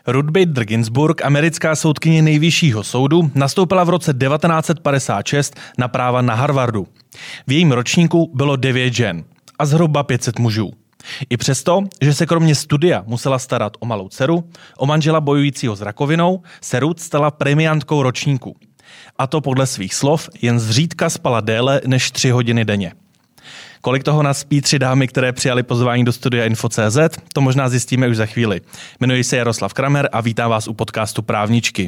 Ruth Bader Ginsburg, americká soudkyně nejvyššího soudu, nastoupila v roce 1956 na práva na Harvardu. V jejím ročníku bylo 9 žen a zhruba 500 mužů. I přesto, že se kromě studia musela starat o malou dceru, o manžela bojujícího s rakovinou, se Ruth stala premiantkou ročníku. A to podle svých slov jen zřídka spala déle než 3 hodiny denně. Kolik toho naspí 3 dámy, které přijali pozvání do studia Info.cz, to možná zjistíme už za chvíli. Jmenuji se Jaroslav Kramer a vítám vás u podcastu Právničky.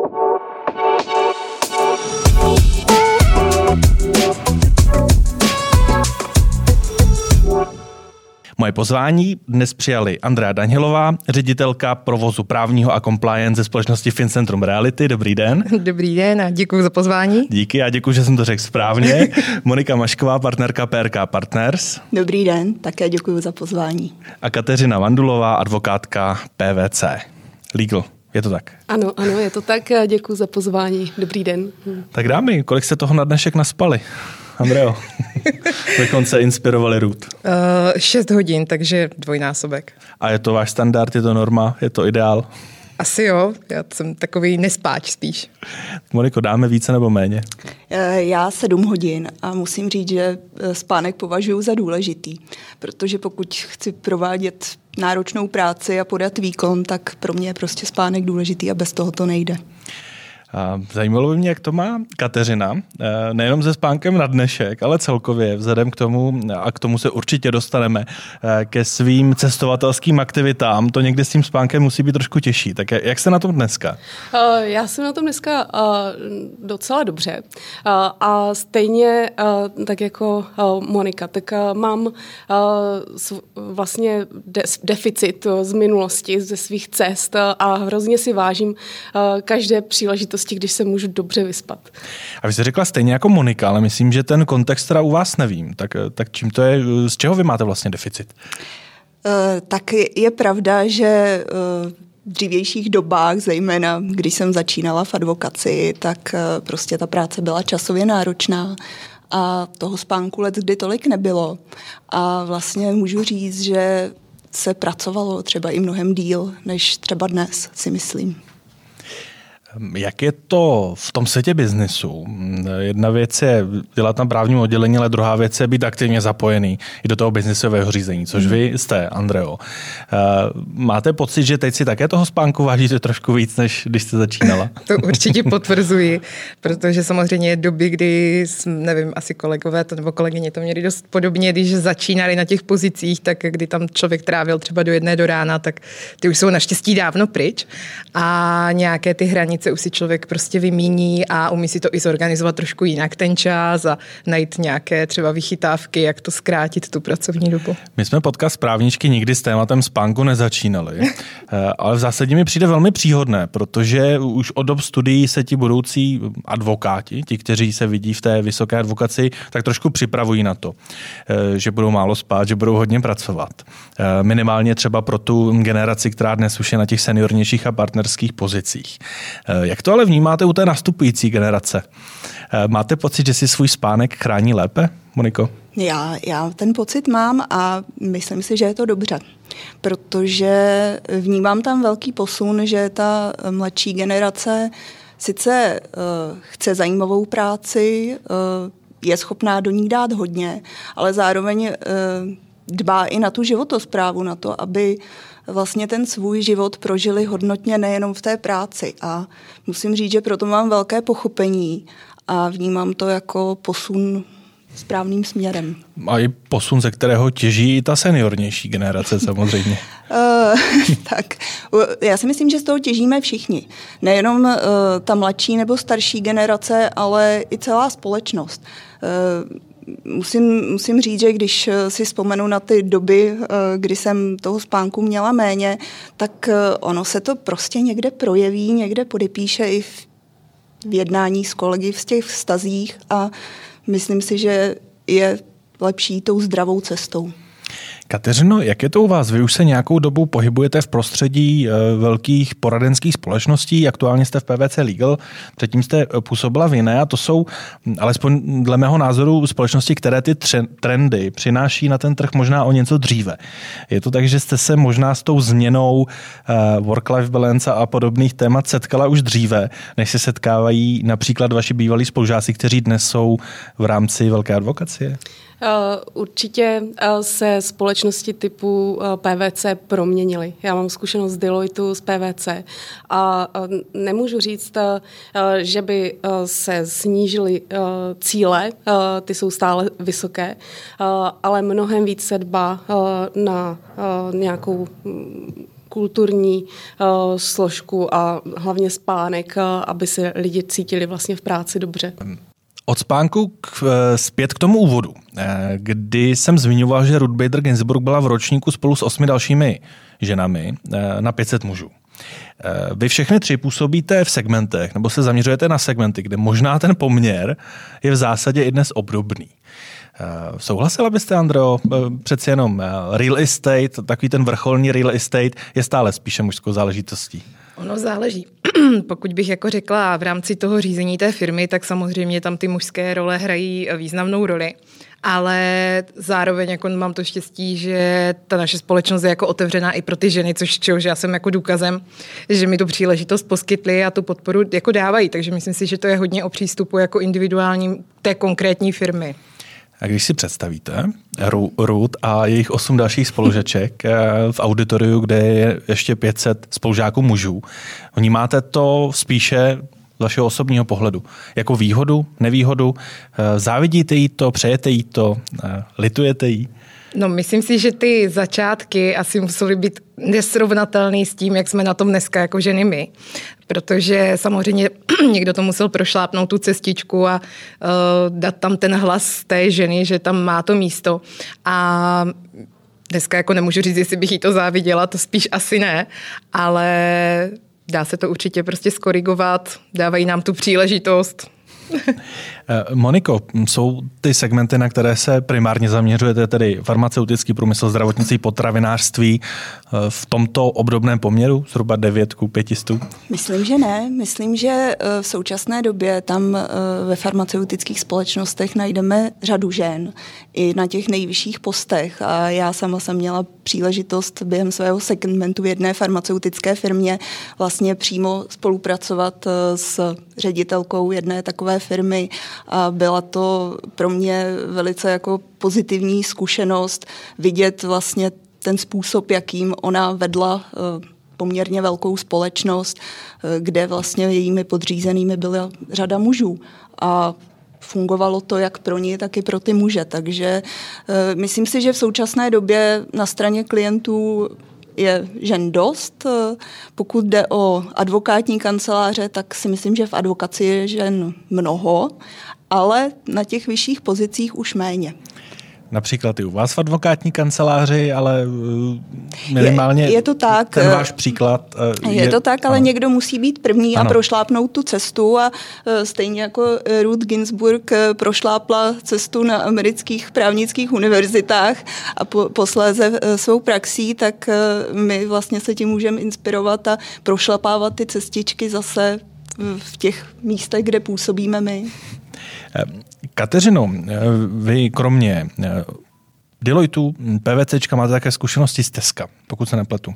Moje pozvání dnes přijali Andrea Danielová, ředitelka provozu právního a compliance ze společnosti Fincentrum Reality. Dobrý den. Dobrý den a děkuji za pozvání. Díky a děkuji, že jsem to řekl správně. Monika Mašková, partnerka PRK Partners. Dobrý den, také děkuji za pozvání. A Kateřina Vandulová, advokátka PwC. Legal. Je to tak? Ano, je to tak. Děkuji za pozvání. Dobrý den. Tak dámy, kolik jste toho na dnešek naspali? Andreo, bychom se inspirovali Ruth. 6 hodin, takže dvojnásobek. A je to váš standard, je to norma, je to ideál? Asi jo, já jsem takový nespáč spíš. Moniko, dáme více nebo méně? Já 7 hodin a musím říct, že spánek považuji za důležitý, protože pokud chci provádět náročnou práci a podat výkon, tak pro mě je prostě spánek důležitý a bez toho to nejde. Zajímalo by mě, jak to má Kateřina, nejenom se spánkem na dnešek, ale celkově vzhledem k tomu, a k tomu se určitě dostaneme, ke svým cestovatelským aktivitám. To někde s tím spánkem musí být trošku těžší. Tak jak jste na tom dneska? Já jsem na tom dneska docela dobře. A stejně tak jako Monika, tak mám vlastně deficit z minulosti, ze svých cest a hrozně si vážím každé příležitosti, když se můžu dobře vyspat. A vy jste řekla stejně jako Monika, ale myslím, že ten kontext teda u vás nevím. Tak čím to je, z čeho vy máte vlastně deficit? Tak je pravda, že v dřívějších dobách, zejména když jsem začínala v advokaci, tak prostě ta práce byla časově náročná a toho spánku leckdy tolik nebylo. A vlastně můžu říct, že se pracovalo třeba i mnohem díl, než třeba dnes, si myslím. Jak je to v tom světě biznesu? Jedna věc je dělat na právním oddělení, ale druhá věc je být aktivně zapojený i do toho biznesového řízení, což vy jste, Andreo. Máte pocit, že teď si také toho spánku vážíte trošku víc, než když jste začínala? To určitě potvrzuji, protože samozřejmě doby, kdy, nevím, asi kolegové nebo kolegyně to měli dost podobně, když začínali na těch pozicích, tak kdy tam člověk trávil třeba do 1 do rána, tak ty už jsou naštěstí dávno pryč a nějaké ty hranice už si člověk prostě vymíní a umí si to i zorganizovat trošku jinak ten čas a najít nějaké třeba vychytávky, jak to zkrátit tu pracovní dobu. My jsme podcast Právničky nikdy s tématem spánku nezačínali, ale v zásadě mi přijde velmi příhodné, protože už od dob studií se ti budoucí advokáti, ti, kteří se vidí v té vysoké advokaci, tak trošku připravují na to, že budou málo spát, že budou hodně pracovat. Minimálně třeba pro tu generaci, která dnes už je na těch seniornějších a partnerských pozicích. Jak to ale vnímáte u té nastupující generace? Máte pocit, že si svůj spánek chrání lépe, Moniko? Já ten pocit mám a myslím si, že je to dobře, protože vnímám tam velký posun, že ta mladší generace sice chce zajímavou práci, je schopná do ní dát hodně, ale zároveň dbá i na tu životosprávu, na to, aby vlastně ten svůj život prožili hodnotně nejenom v té práci. A musím říct, že proto mám velké pochopení a vnímám to jako posun správným směrem. A i posun, ze kterého těží i ta seniornější generace samozřejmě. Tak, já si myslím, že z toho těžíme všichni. Nejenom ta mladší nebo starší generace, ale i celá společnost. Musím říct, že když si vzpomenu na ty doby, kdy jsem toho spánku měla méně, tak ono se to prostě někde projeví, někde podepíše i v jednání s kolegy v těch vztazích a myslím si, že je lepší tou zdravou cestou. Kateřino, jak je to u vás? Vy už se nějakou dobu pohybujete v prostředí velkých poradenských společností, aktuálně jste v PwC Legal, předtím jste působila v jiné a to jsou, alespoň dle mého názoru, společnosti, které ty trendy přináší na ten trh možná o něco dříve. Je to tak, že jste se možná s tou změnou work-life balance a podobných témat setkala už dříve, než se setkávají například vaši bývalí spolužáci, kteří dnes jsou v rámci velké advokacie? Určitě se společnosti typu PwC proměnily. Já mám zkušenost z Deloitu, z PwC a nemůžu říct, že by se snížily cíle, ty jsou stále vysoké, ale mnohem víc se dbá na nějakou kulturní složku a hlavně spánek, aby se lidi cítili vlastně v práci dobře. Od spánku zpět k tomu úvodu, kdy jsem zmiňoval, že Ruth Bader Ginsburg byla v ročníku spolu s 8 dalšími ženami na 500 mužů. Vy všechny 3 působíte v segmentech, nebo se zaměřujete na segmenty, kde možná ten poměr je v zásadě i dnes obdobný. Souhlasila byste, Andreo, přeci jenom real estate, takový ten vrcholný real estate je stále spíše mužskou záležitostí? Ono záleží. Pokud bych jako řekla v rámci toho řízení té firmy, tak samozřejmě tam ty mužské role hrají významnou roli. Ale zároveň jako mám to štěstí, že ta naše společnost je jako otevřená i pro ty ženy, čehož já jsem jako důkazem, že mi tu příležitost poskytli a tu podporu jako dávají. Takže myslím si, že to je hodně o přístupu jako individuálním té konkrétní firmy. A když si představíte Ruth a jejich 8 dalších spolužaček v auditoriu, kde je ještě 500 spolužáků mužů, vnímáte to spíše z vašeho osobního pohledu jako výhodu, nevýhodu? Závidíte jí to, přejete jí to, litujete jí? No, myslím si, že ty začátky asi musely být nesrovnatelný s tím, jak jsme na tom dneska jako ženy my. Protože samozřejmě někdo to musel prošlápnout tu cestičku a dát tam ten hlas té ženy, že tam má to místo. A dneska jako nemůžu říct, jestli bych jí to záviděla, to spíš asi ne, ale dá se to určitě prostě skorigovat, dávají nám tu příležitost. Moniko, jsou ty segmenty, na které se primárně zaměřujete, tedy farmaceutický průmysl, zdravotnictví, potravinářství, v tomto obdobném poměru, zhruba 9:500? Myslím, že ne. Myslím, že v současné době tam ve farmaceutických společnostech najdeme řadu žen i na těch nejvyšších postech. A já sama jsem měla příležitost během svého segmentu v jedné farmaceutické firmě vlastně přímo spolupracovat s ředitelkou jedné takové firmy a byla to pro mě velice jako pozitivní zkušenost vidět vlastně ten způsob, jakým ona vedla poměrně velkou společnost, kde vlastně jejími podřízenými byla řada mužů a fungovalo to jak pro ní, tak i pro ty muže. Takže myslím si, že v současné době na straně klientů je žen dost. Pokud jde o advokátní kanceláře, tak si myslím, že v advokaci je žen mnoho, ale na těch vyšších pozicích už méně. Například i u vás v advokátní kanceláři, ale minimálně je to tak, ten váš příklad. Je to tak, ale někdo musí být první a prošlápnout tu cestu a stejně jako Ruth Ginsburg prošlápla cestu na amerických právnických univerzitách a posléze svou praxí, tak my vlastně se tím můžeme inspirovat a prošlapávat ty cestičky zase v těch místech, kde působíme my. Kateřino, vy kromě Deloitu, PwCčka máte také zkušenosti z Teska, pokud se nepletu.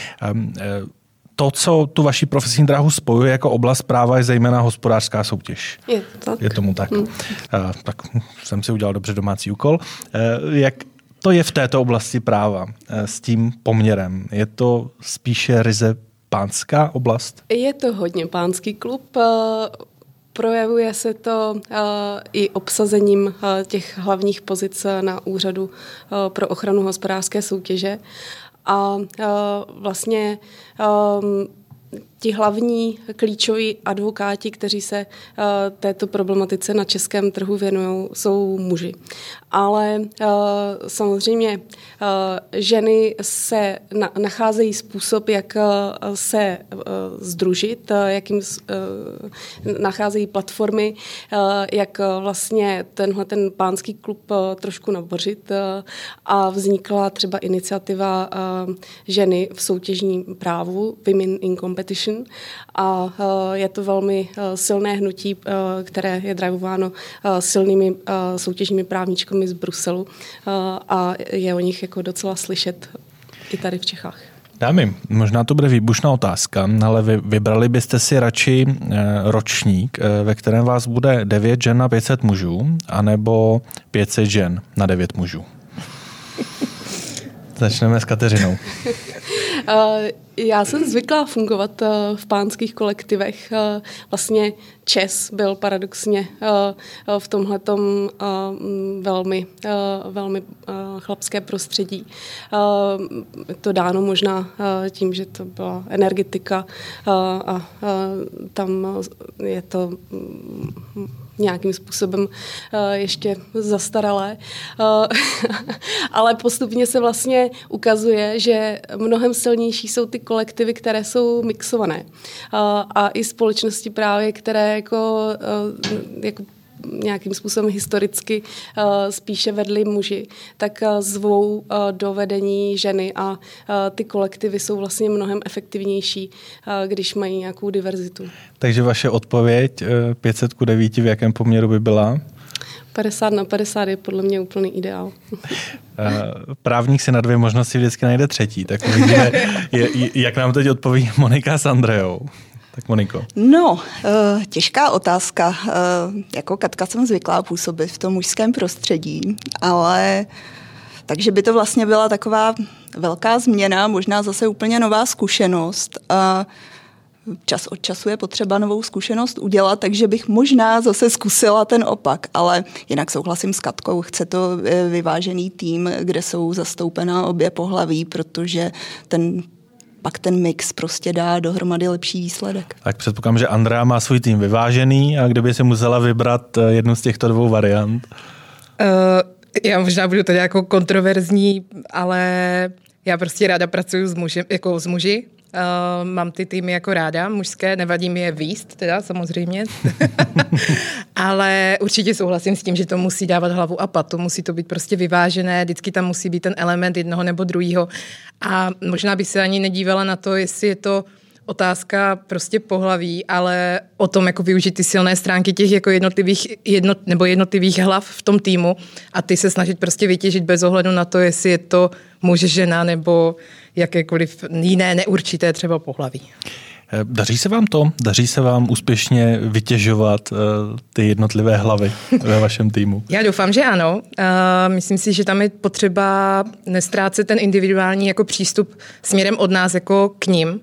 To, co tu vaši profesní dráhu spojuje jako oblast práva, je zejména hospodářská soutěž. Je tomu tak. Tak jsem si udělal dobře domácí úkol. Jak to je v této oblasti práva s tím poměrem? Je to spíše ryze pánská oblast? Je to hodně pánský klub. Projevuje se to i obsazením těch hlavních pozic na úřadu pro ochranu hospodářské soutěže. A vlastně ti hlavní klíčoví advokáti, kteří se této problematice na českém trhu věnují, jsou muži. Ale samozřejmě ženy se nacházejí způsob, jak se sdružit, jakým nacházejí platformy, jak vlastně ten pánský klub trošku nabořit a vznikla třeba iniciativa ženy v soutěžním právu Women in Competition a je to velmi silné hnutí, které je drivováno silnými soutěžními právničkami z Bruselu a je o nich jako docela slyšet i tady v Čechách. Dámy, možná to bude výbušná otázka, ale vybrali byste si radši ročník, ve kterém vás bude 9 žen na 500 mužů, anebo 500 žen na 9 mužů? Začneme s Kateřinou. Já jsem zvyklá fungovat v pánských kolektivech. Vlastně ČES byl paradoxně v tomhletom velmi chlapské prostředí. To dáno možná tím, že to byla energetika a tam je to nějakým způsobem ještě zastaralé. Ale postupně se vlastně ukazuje, že mnohem silnější jsou ty kolektivy, které jsou mixované. A i společnosti právě, které jako nějakým způsobem historicky spíše vedli muži, tak zvou do vedení ženy a ty kolektivy jsou vlastně mnohem efektivnější, když mají nějakou diverzitu. Takže vaše odpověď 500:9 v jakém poměru by byla? 50/50 je podle mě úplný ideál. Právník si na 2 možnosti vždycky najde třetí, tak uvidíme, jak nám teď odpoví Monika s Andreou. Tak Moniko. No, těžká otázka. Jako Katka jsem zvyklá působit v tom mužském prostředí, ale takže by to vlastně byla taková velká změna, možná zase úplně nová zkušenost. A čas od času je potřeba novou zkušenost udělat, takže bych možná zase zkusila ten opak, ale jinak souhlasím s Katkou, chce to vyvážený tým, kde jsou zastoupená obě pohlaví, protože pak ten mix prostě dá dohromady lepší výsledek. Tak předpokládám, že Andrea má svůj tým vyvážený a kdyby si musela vybrat jednu z těchto 2 variant? Já možná budu tady jako kontroverzní, ale já prostě ráda pracuji s muži. Mám ty týmy jako ráda, mužské, nevadí mi je výst, teda samozřejmě. Ale určitě souhlasím s tím, že to musí dávat hlavu a patu, musí to být prostě vyvážené, vždycky tam musí být ten element jednoho nebo druhého. A možná bych se ani nedívala na to, jestli je to otázka pohlaví, ale o tom jako využít ty silné stránky těch jako jednotlivých hlav v tom týmu a ty se snažit prostě vytěžit bez ohledu na to, jestli je to muž, žena nebo jakékoliv jiné neurčité třeba pohlaví. Daří se vám to? Daří se vám úspěšně vytěžovat ty jednotlivé hlavy ve vašem týmu? Já doufám, že ano. Myslím si, že tam je potřeba nestrácet ten individuální jako přístup směrem od nás jako k nim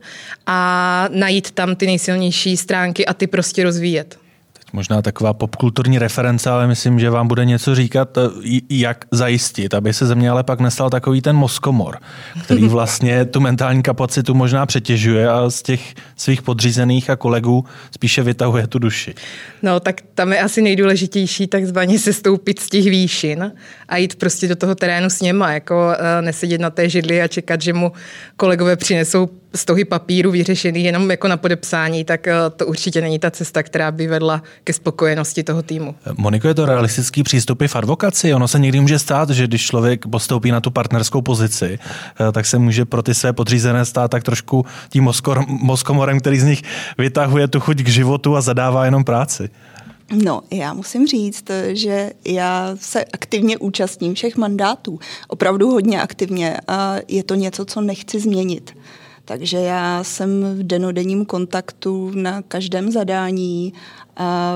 a najít tam ty nejsilnější stránky a ty prostě rozvíjet. Možná taková popkulturní reference, ale myslím, že vám bude něco říkat, jak zajistit, aby se ze mě ale pak nestal takový ten mozkomor, který vlastně tu mentální kapacitu možná přetěžuje a z těch svých podřízených a kolegů spíše vytahuje tu duši. No, tak tam je asi nejdůležitější takzvaně sestoupit z těch výšin a jít prostě do toho terénu s něma, jako nesedět na té židli a čekat, že mu kolegové přinesou stohy papíru vyřešený jenom jako na podepsání, tak to určitě není ta cesta, která by vedla ke spokojenosti toho týmu. Moniko, je to realistický přístup v advokaci? Ono se někdy může stát, že když člověk postoupí na tu partnerskou pozici, tak se může pro ty své podřízené stát tak trošku tím mozkomorem, který z nich vytahuje tu chuť k životu a zadává jenom práci. No, já musím říct, že já se aktivně účastním všech mandátů. Opravdu hodně aktivně a je to něco, co nechci změnit. Takže já jsem v dennodenním kontaktu na každém zadání a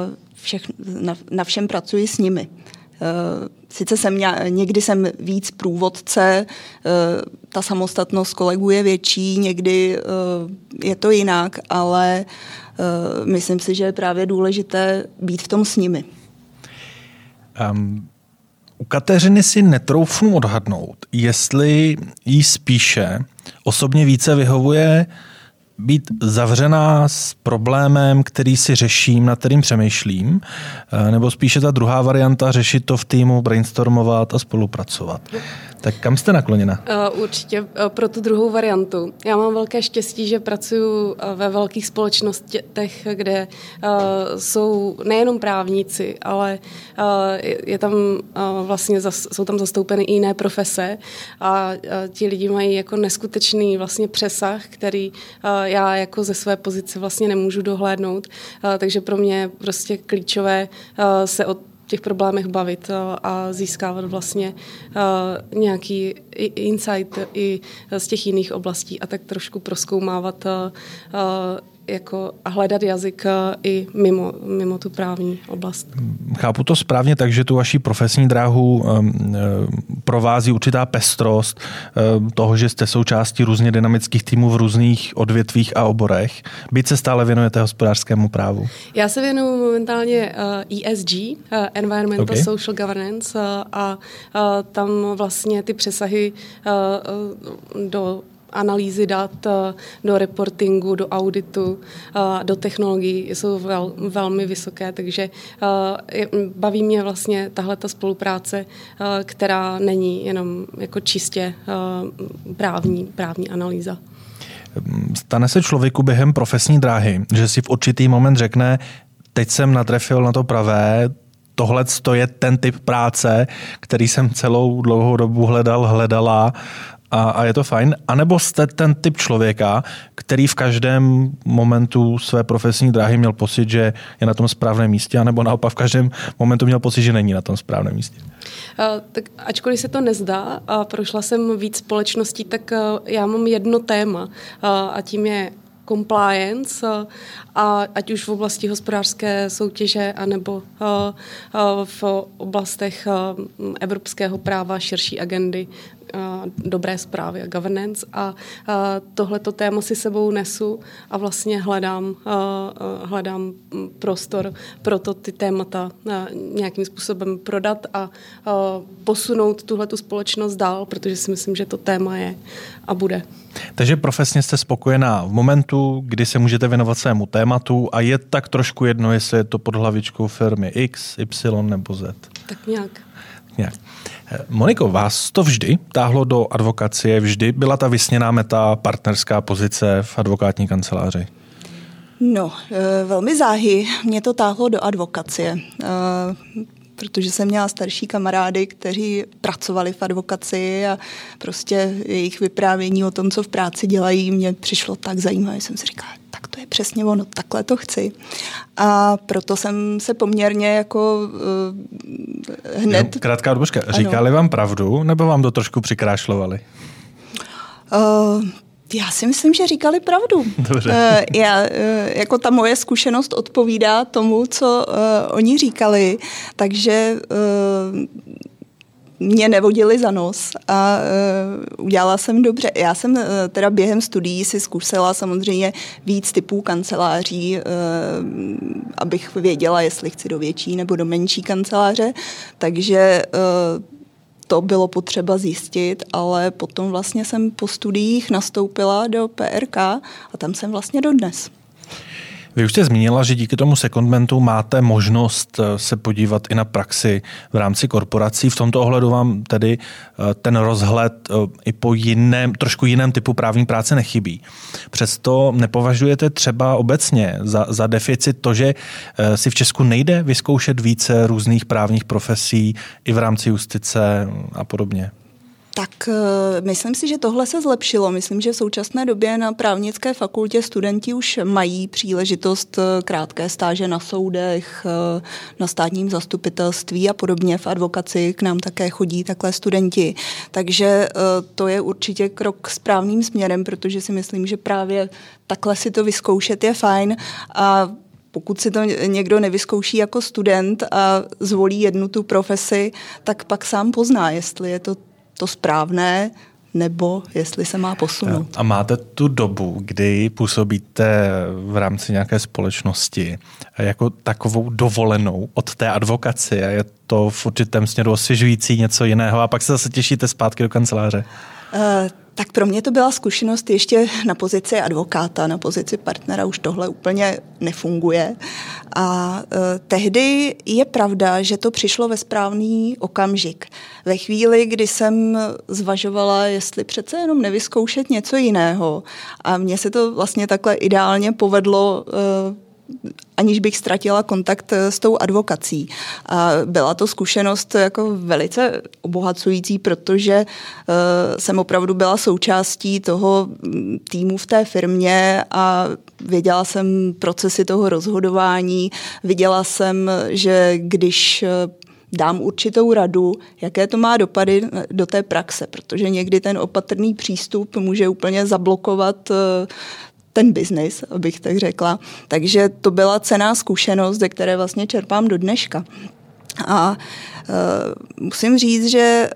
na všem pracuji s nimi. Sice někdy jsem víc průvodce, ta samostatnost kolegů je větší, někdy je to jinak, ale myslím si, že je právě důležité být v tom s nimi. U Kateřiny si netroufnu odhadnout, jestli jí spíše osobně více vyhovuje být zavřená s problémem, který si řeším, nad kterým přemýšlím, nebo spíše ta druhá varianta, řešit to v týmu, brainstormovat a spolupracovat? Tak kam jste nakloněna? Určitě pro tu druhou variantu. Já mám velké štěstí, že pracuji ve velkých společnostech, kde jsou nejenom právníci, ale je tam vlastně jsou tam zastoupeny i jiné profese a ti lidi mají jako neskutečný vlastně přesah, který já jako ze své pozice vlastně nemůžu dohlédnout. Takže pro mě je prostě klíčové se o těch problémech bavit a získávat vlastně nějaký insight i z těch jiných oblastí a tak trošku prozkoumávat jako a hledat jazyk i mimo tu právní oblast. Chápu to správně tak, že tu vaši profesní dráhu provází určitá pestrost toho, že jste součástí různě dynamických týmů v různých odvětvích a oborech. Byť se stále věnujete hospodářskému právu? Já se věnuju momentálně ESG, Environmental Social Governance, a tam vlastně ty přesahy do analýzy dat, do reportingu, do auditu, do technologií jsou velmi vysoké, takže baví mě vlastně tahleta spolupráce, která není jenom jako čistě právní analýza. Stane se člověku během profesní dráhy, že si v určitý moment řekne, teď jsem natrefil na to pravé, tohle je ten typ práce, který jsem celou dlouhou dobu hledala a je to fajn. A nebo jste ten typ člověka, který v každém momentu své profesní dráhy měl pocit, že je na tom správném místě, anebo naopak v každém momentu měl pocit, že není na tom správném místě? Tak ačkoliv se to nezdá a prošla jsem víc společností, tak já mám jedno téma a tím je compliance, a ať už v oblasti hospodářské soutěže, anebo v oblastech evropského práva, širší agendy, dobré správy a governance. A tohleto téma si sebou nesu a vlastně hledám prostor pro to ty témata nějakým způsobem prodat a posunout tuhletu společnost dál, protože si myslím, že to téma je a bude. Takže profesně jste spokojená v momentu, kdy se můžete věnovat svému tématu a je tak trošku jedno, jestli je to pod hlavičkou firmy X, Y nebo Z. Tak nějak. Moniko, vás to vždy táhlo do advokacie, vždy byla ta vysněná meta partnerská pozice v advokátní kanceláři? No, velmi záhy mě to táhlo do advokacie, protože jsem měla starší kamarády, kteří pracovali v advokacii a prostě jejich vyprávění o tom, co v práci dělají, mě přišlo tak zajímavé, že jsem si říkala, tak to je přesně ono, takhle to chci. A proto jsem se poměrně jako hned... Krátká odbočka. Říkali vám pravdu, nebo vám to trošku přikrášlovali? Já si myslím, že říkali pravdu. Dobře. Jako ta moje zkušenost odpovídá tomu, co oni říkali, takže mě nevodili za nos a udělala jsem dobře. Já jsem teda během studií si zkusila samozřejmě víc typů kanceláří, abych věděla, jestli chci do větší nebo do menší kanceláře, takže to bylo potřeba zjistit, ale potom vlastně jsem po studiích nastoupila do PRK a tam jsem vlastně dodnes. Vy už jste zmínila, že díky tomu secondmentu máte možnost se podívat i na praxi v rámci korporací. V tomto ohledu vám tedy ten rozhled i po trošku jiném typu právní práce nechybí. Přesto nepovažujete třeba obecně za deficit to, že si v Česku nejde vyzkoušet více různých právních profesí i v rámci justice a podobně? Tak myslím si, že tohle se zlepšilo. Myslím, že v současné době na právnické fakultě studenti už mají příležitost krátké stáže na soudech, na státním zastupitelství a podobně. V advokaci k nám také chodí takhle studenti. Takže to je určitě krok správným směrem, protože si myslím, že právě takhle si to vyzkoušet je fajn a pokud si to někdo nevyzkouší jako student a zvolí jednu tu profesi, tak pak sám pozná, jestli je to správné, nebo jestli se má posunout. A máte tu dobu, kdy působíte v rámci nějaké společnosti jako takovou dovolenou od té advokacie? Je to v určitém směru osvěžující něco jiného a pak se zase těšíte zpátky do kanceláře? Tak pro mě to byla zkušenost ještě na pozici advokáta, na pozici partnera už tohle úplně nefunguje. A tehdy je pravda, že to přišlo ve správný okamžik. Ve chvíli, kdy jsem zvažovala, jestli přece jenom nevyzkoušet něco jiného. A mně se to vlastně takhle ideálně povedlo, aniž bych ztratila kontakt s tou advokací. A byla to zkušenost jako velice obohacující, protože jsem opravdu byla součástí toho týmu v té firmě a věděla jsem procesy toho rozhodování, viděla jsem, že když dám určitou radu, jaké to má dopady do té praxe, protože někdy ten opatrný přístup může úplně zablokovat ten biznis, abych tak řekla. Takže to byla cenná zkušenost, ze které vlastně čerpám do dneška. A musím říct, že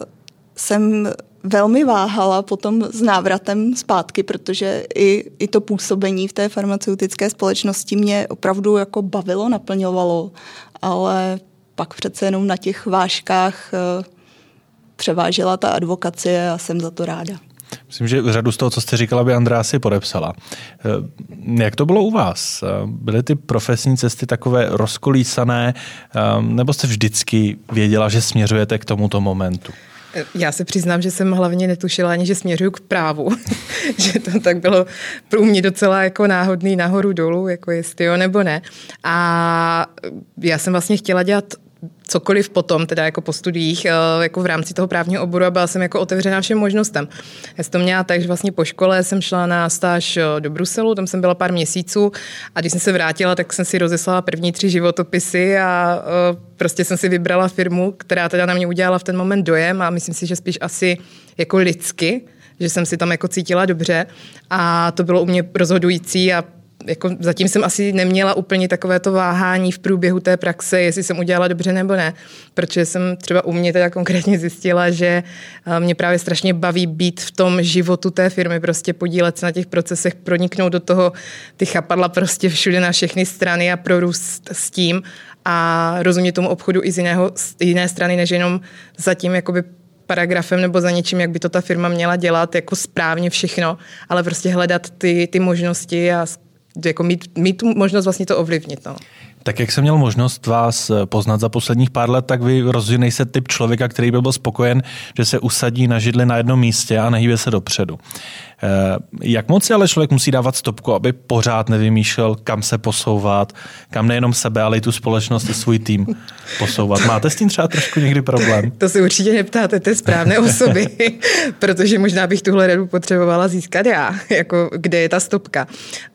jsem velmi váhala potom s návratem zpátky, protože i to působení v té farmaceutické společnosti mě opravdu jako bavilo, naplňovalo, ale pak přece jenom na těch vážkách převážela ta advokacie a jsem za to ráda. Myslím, že řadu z toho, co jste říkala, by Andrea si podepsala. Jak to bylo u vás? Byly ty profesní cesty takové rozkolísané, nebo jste vždycky věděla, že směřujete k tomuto momentu? Já se přiznám, že jsem hlavně netušila ani, že směřuju k právu. Že to tak bylo pro mě docela jako náhodný nahoru dolů, jako jestli jo nebo ne. A já jsem vlastně chtěla dělat cokoliv potom, teda jako po studiích, jako v rámci toho právního oboru a byla jsem jako otevřená všem možnostem. Já jsem to měla tak, že vlastně po škole jsem šla na stáž do Bruselu, tam jsem byla pár měsíců a když jsem se vrátila, tak jsem si rozeslala první 3 životopisy a prostě jsem si vybrala firmu, která teda na mě udělala v ten moment dojem a myslím si, že spíš asi jako lidsky, že jsem si tam jako cítila dobře a to bylo u mě rozhodující a jako zatím jsem asi neměla úplně takové to váhání v průběhu té praxe, jestli jsem udělala dobře nebo ne, protože jsem třeba u mě teda konkrétně zjistila, že mě právě strašně baví být v tom životu té firmy, prostě podílet se na těch procesech, proniknout do toho, ty chapadla prostě všude na všechny strany a prorůst s tím a rozumět tomu obchodu i z jiné strany, než jenom zatím jakoby paragrafem nebo za něčím, jak by to ta firma měla dělat, jako správně všechno, ale prostě hledat ty možnosti a jako mít tu možnost vlastně to ovlivnit. No. Tak jak jsem měl možnost vás poznat za posledních pár let, tak vy rozhodně nejste typ člověka, který by byl spokojen, že se usadí na židli na jednom místě a nehýbe se dopředu. Jak moc si ale člověk musí dávat stopku, aby pořád nevymýšlel, kam se posouvat, kam nejenom sebe, ale i tu společnost, i svůj tým posouvat. Máte s tím třeba trošku někdy problém? To se určitě neptáte té správné osoby, protože možná bych tuhle radu potřebovala získat já, jako kde je ta stopka.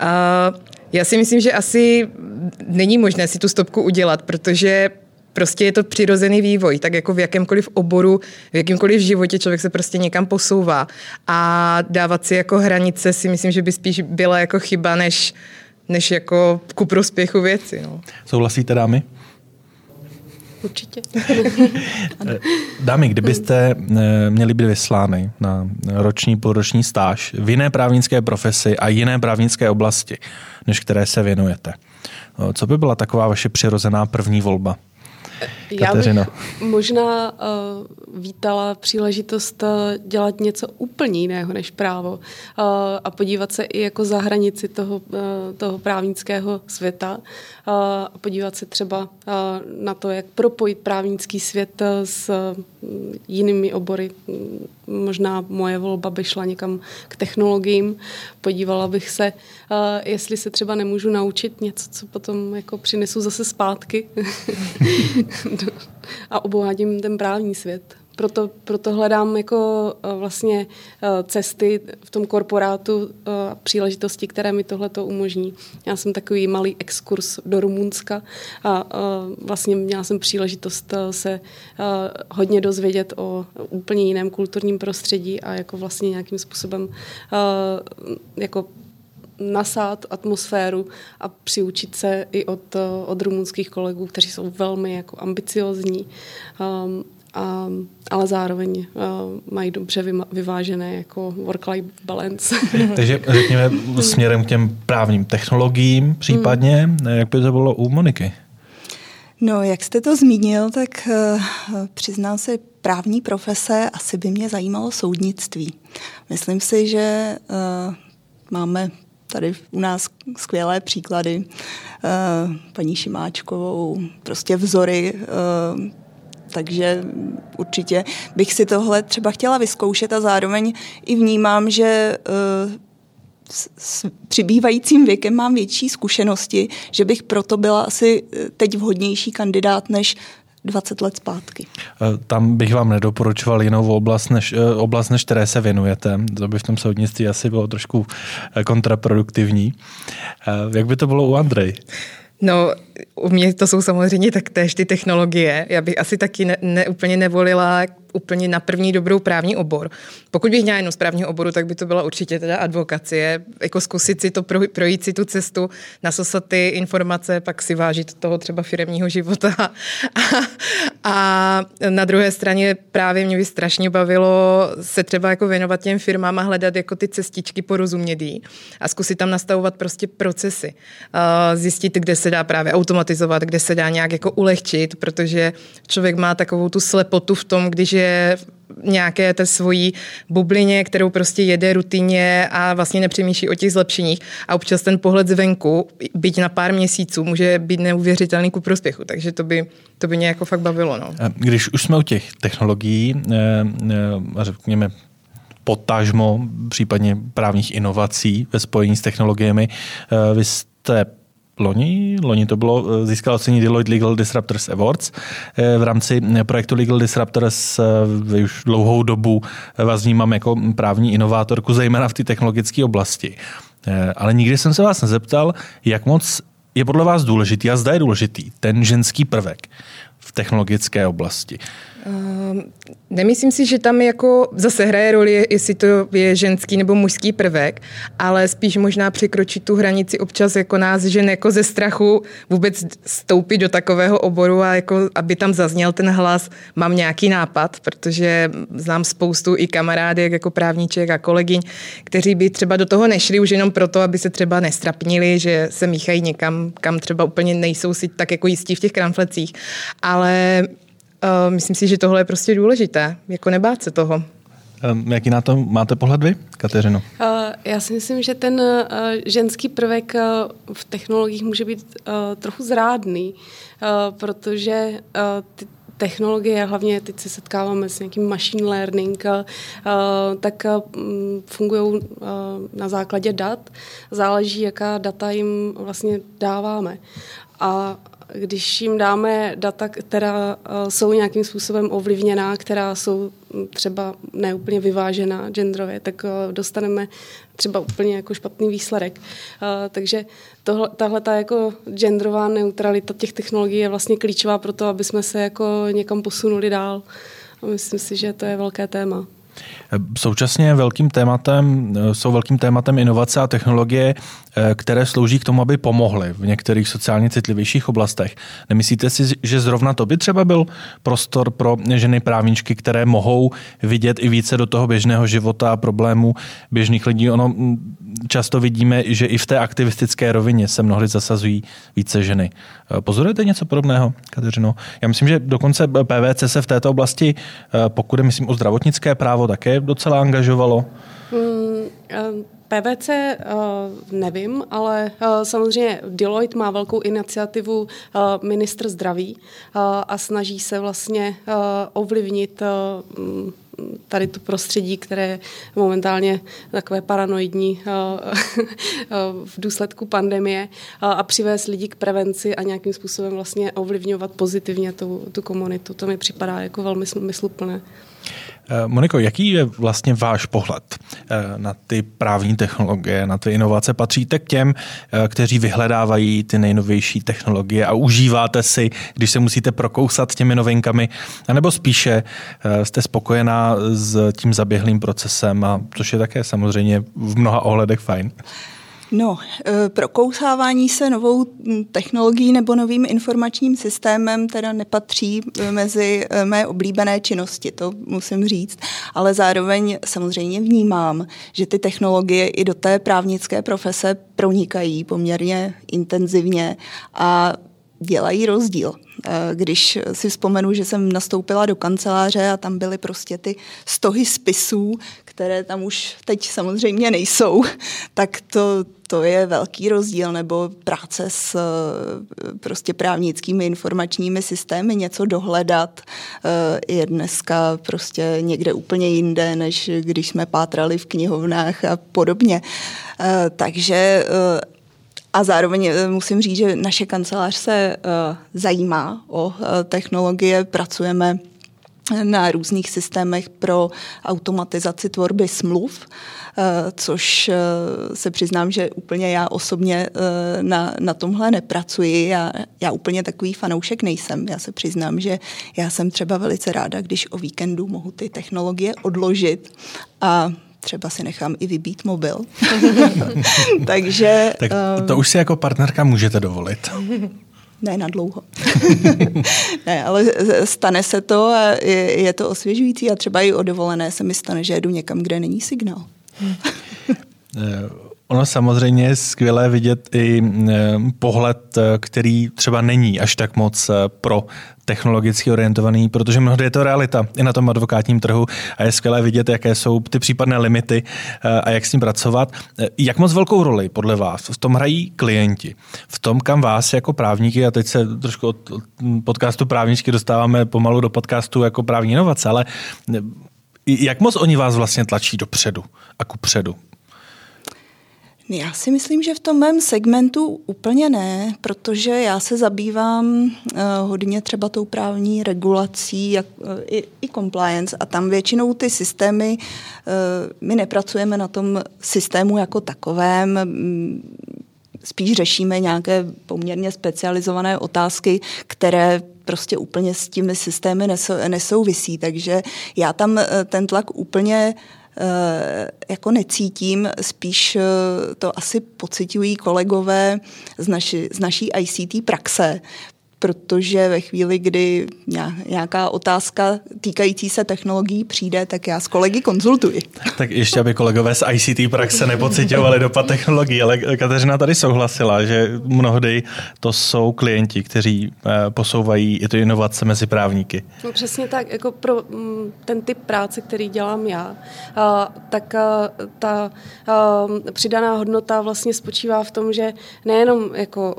Já si myslím, že asi není možné si tu stopku udělat, protože prostě je to přirozený vývoj, tak jako v jakémkoliv oboru, v jakýmkoliv životě člověk se prostě někam posouvá a dávat si jako hranice si myslím, že by spíš byla jako chyba, než jako ku prospěchu věci. No. Souhlasíte, dámy? Určitě. Dámy, kdybyste měli být vyslány na roční, půlroční stáž v jiné právnické profesi a jiné právnické oblasti, než které se věnujete, co by byla taková vaše přirozená první volba? Kateřino. Já bych možná vítala příležitost dělat něco úplně jiného než právo a podívat se i jako za hranici toho právnického světa a podívat se třeba na to, jak propojit právnický svět s jinými obory. Možná moje volba by šla někam k technologiím. Podívala bych se, jestli se třeba nemůžu naučit něco, co potom jako přinesu zase zpátky a obohatím ten právní svět. Proto hledám jako vlastně cesty v tom korporátu a příležitosti, které mi tohleto umožní. Já jsem takový malý exkurs do Rumunska a vlastně měla jsem příležitost se hodně dozvědět o úplně jiném kulturním prostředí a jako vlastně nějakým způsobem jako nasát atmosféru a přiučit se i od rumunských kolegů, kteří jsou velmi jako ambiciozní, ale zároveň mají dobře vyvážené jako work-life balance. Takže řekněme směrem k těm právním technologiím případně, jak by to bylo u Moniky? No, jak jste to zmínil, tak přiznám se, právní profese asi by mě zajímalo soudnictví. Myslím si, že máme tady u nás skvělé příklady, paní Šimáčkovou, prostě vzory, takže určitě bych si tohle třeba chtěla vyzkoušet a zároveň i vnímám, že s přibývajícím věkem mám větší zkušenosti, že bych proto byla asi teď vhodnější kandidát než 20 let zpátky. Tam bych vám nedoporučoval jinou oblast, než které se věnujete. To by v tom soudnictví asi bylo trošku kontraproduktivní. Jak by to bylo u Andrej? No, u mě to jsou samozřejmě taktéž ty technologie. Já bych asi taky úplně nevolila úplně na první dobrou právní obor. Pokud bych měla jenom z právního oboru, tak by to byla určitě teda advokacie. Jako zkusit si to, projít si tu cestu, nasosat ty informace, pak si vážit toho třeba firemního života. A na druhé straně právě mě by strašně bavilo se třeba jako věnovat těm firmám a hledat jako ty cestičky porozumědý a zkusit tam nastavovat prostě procesy. Zjistit, kde se dá právě automatizovat, kde se dá nějak jako ulehčit, protože člověk má takovou tu slepotu v tom, když je nějaké té svojí bublině, kterou prostě jede rutině a vlastně nepřemýšlí o těch zlepšeních a občas ten pohled zvenku, byť na pár měsíců, může být neuvěřitelný ku prospěchu, takže to by mě jako fakt bavilo. No. Když už jsme u těch technologií, řekněme potažmo, případně právních inovací ve spojení s technologiemi, vy jste Loni to bylo, získal ocenění Deloitte Legal Disruptors Awards. V rámci projektu Legal Disruptors už dlouhou dobu vás vnímám jako právní inovátorku, zejména v té technologické oblasti. Ale nikdy jsem se vás nezeptal, jak moc je podle vás důležitý a zda je důležitý ten ženský prvek v technologické oblasti. Nemyslím si, že tam jako zase hraje roli, jestli to je ženský nebo mužský prvek, ale spíš možná překročit tu hranici občas jako nás žen jako ze strachu vůbec vstoupit do takového oboru a jako, aby tam zazněl ten hlas, mám nějaký nápad, protože znám spoustu i kamarádek jako právníček a kolegyň, kteří by třeba do toho nešli už jenom proto, aby se třeba nestrapnili, že se míchají někam, kam třeba úplně nejsou si tak jako jistí v těch kramflecích, ale myslím si, že tohle je prostě důležité, jako nebát se toho. Jaký na to máte pohled vy, Kateřino? Já si myslím, že ten ženský prvek v technologiích může být trochu zrádný, protože ty technologie, hlavně teď se setkáváme s nějakým machine learning, tak fungují na základě dat. Záleží, jaká data jim vlastně dáváme. A když jim dáme data, která jsou nějakým způsobem ovlivněná, která jsou třeba neúplně vyvážená genderově, tak dostaneme třeba úplně jako špatný výsledek. Takže tahle jako genderová neutralita těch technologií je vlastně klíčová pro to, aby jsme se jako někam posunuli dál. A myslím si, že to je velké téma. Současně jsou velkým tématem inovace a technologie, které slouží k tomu, aby pomohly v některých sociálně citlivějších oblastech. Nemyslíte si, že zrovna to by třeba byl prostor pro ženy právničky, které mohou vidět i více do toho běžného života a problémů běžných lidí? Ono často vidíme, že i v té aktivistické rovině se mnohdy zasazují více ženy. Pozorujete něco podobného, Kateřino? Já myslím, že dokonce PVC se v této oblasti, pokud je myslím o zdravotnické právo, také docela angažovalo. PVC nevím, ale samozřejmě Deloitte má velkou iniciativu Ministr zdraví a snaží se vlastně ovlivnit tady to prostředí, které je momentálně takové paranoidní v důsledku pandemie a přivést lidi k prevenci a nějakým způsobem vlastně ovlivňovat pozitivně tu komunitu. To mi připadá jako velmi smysluplné. Moniko, jaký je vlastně váš pohled na ty právní technologie, na ty inovace? Patříte k těm, kteří vyhledávají ty nejnovější technologie a užíváte si, když se musíte prokousat těmi novinkami, anebo spíše jste spokojená s tím zaběhlým procesem, což je také samozřejmě v mnoha ohledech fajn? No, prokousávání se novou technologií nebo novým informačním systémem teda nepatří mezi mé oblíbené činnosti, to musím říct, ale zároveň samozřejmě vnímám, že ty technologie i do té právnické profese pronikají poměrně intenzivně a dělají rozdíl. Když si vzpomenu, že jsem nastoupila do kanceláře a tam byly prostě ty stohy spisů, které tam už teď samozřejmě nejsou, tak to je velký rozdíl, nebo práce s prostě právnickými informačními systémy, něco dohledat je dneska prostě někde úplně jinde, než když jsme pátrali v knihovnách a podobně. Takže a zároveň musím říct, že naše kancelář se zajímá o technologie, pracujeme na různých systémech pro automatizaci tvorby smluv, což se přiznám, že úplně já osobně na tomhle nepracuji. Já úplně takový fanoušek nejsem. Já se přiznám, že já jsem třeba velice ráda, když o víkendu mohu ty technologie odložit a třeba si nechám i vybít mobil. Takže... Tak to už si jako partnerka můžete dovolit. Ne na dlouho. Ne, ale stane se to a je to osvěžující a třeba i o dovolené se mi stane, že jedu někam, kde není signál. Ono samozřejmě je skvělé vidět i pohled, který třeba není až tak moc pro technologicky orientovaný, protože mnohdy je to realita i na tom advokátním trhu a je skvělé vidět, jaké jsou ty případné limity a jak s ním pracovat. Jak moc velkou roli podle vás v tom hrají klienti? V tom, kam vás jako právníky, a teď se trošku od podcastu právničky dostáváme pomalu do podcastu jako právní inovace, ale jak moc oni vás vlastně tlačí dopředu a kupředu? Já si myslím, že v tom mém segmentu úplně ne, protože já se zabývám hodně třeba tou právní regulací i compliance a tam většinou ty systémy, my nepracujeme na tom systému jako takovém, spíš řešíme nějaké poměrně specializované otázky, které prostě úplně s těmi systémy nesouvisí, takže já tam ten tlak úplně jako necítím, spíš to asi pociťují kolegové z naší ICT praxe, protože ve chvíli, kdy nějaká otázka týkající se technologií přijde, tak já s kolegy konzultuji. Tak ještě, aby kolegové z ICT praxe nepociťovali dopad technologií, ale Kateřina tady souhlasila, že mnohdy to jsou klienti, kteří posouvají i ty inovace mezi právníky. No přesně tak, jako pro ten typ práce, který dělám já, tak ta přidaná hodnota vlastně spočívá v tom, že nejenom jako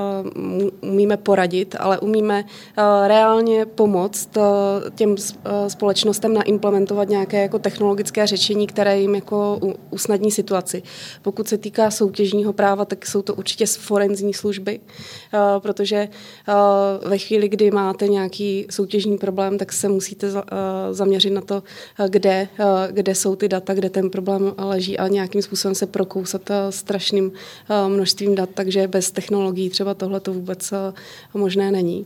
umíme poradit, ale umíme reálně pomoct těm společnostem naimplementovat nějaké jako technologické řešení, které jim jako usnadní situaci. Pokud se týká soutěžního práva, tak jsou to určitě forenzní služby, protože ve chvíli, kdy máte nějaký soutěžní problém, tak se musíte zaměřit na to, kde jsou ty data, kde ten problém leží a nějakým způsobem se prokousat strašným množstvím dat, takže bez technologií třeba tohle to vůbec možné není.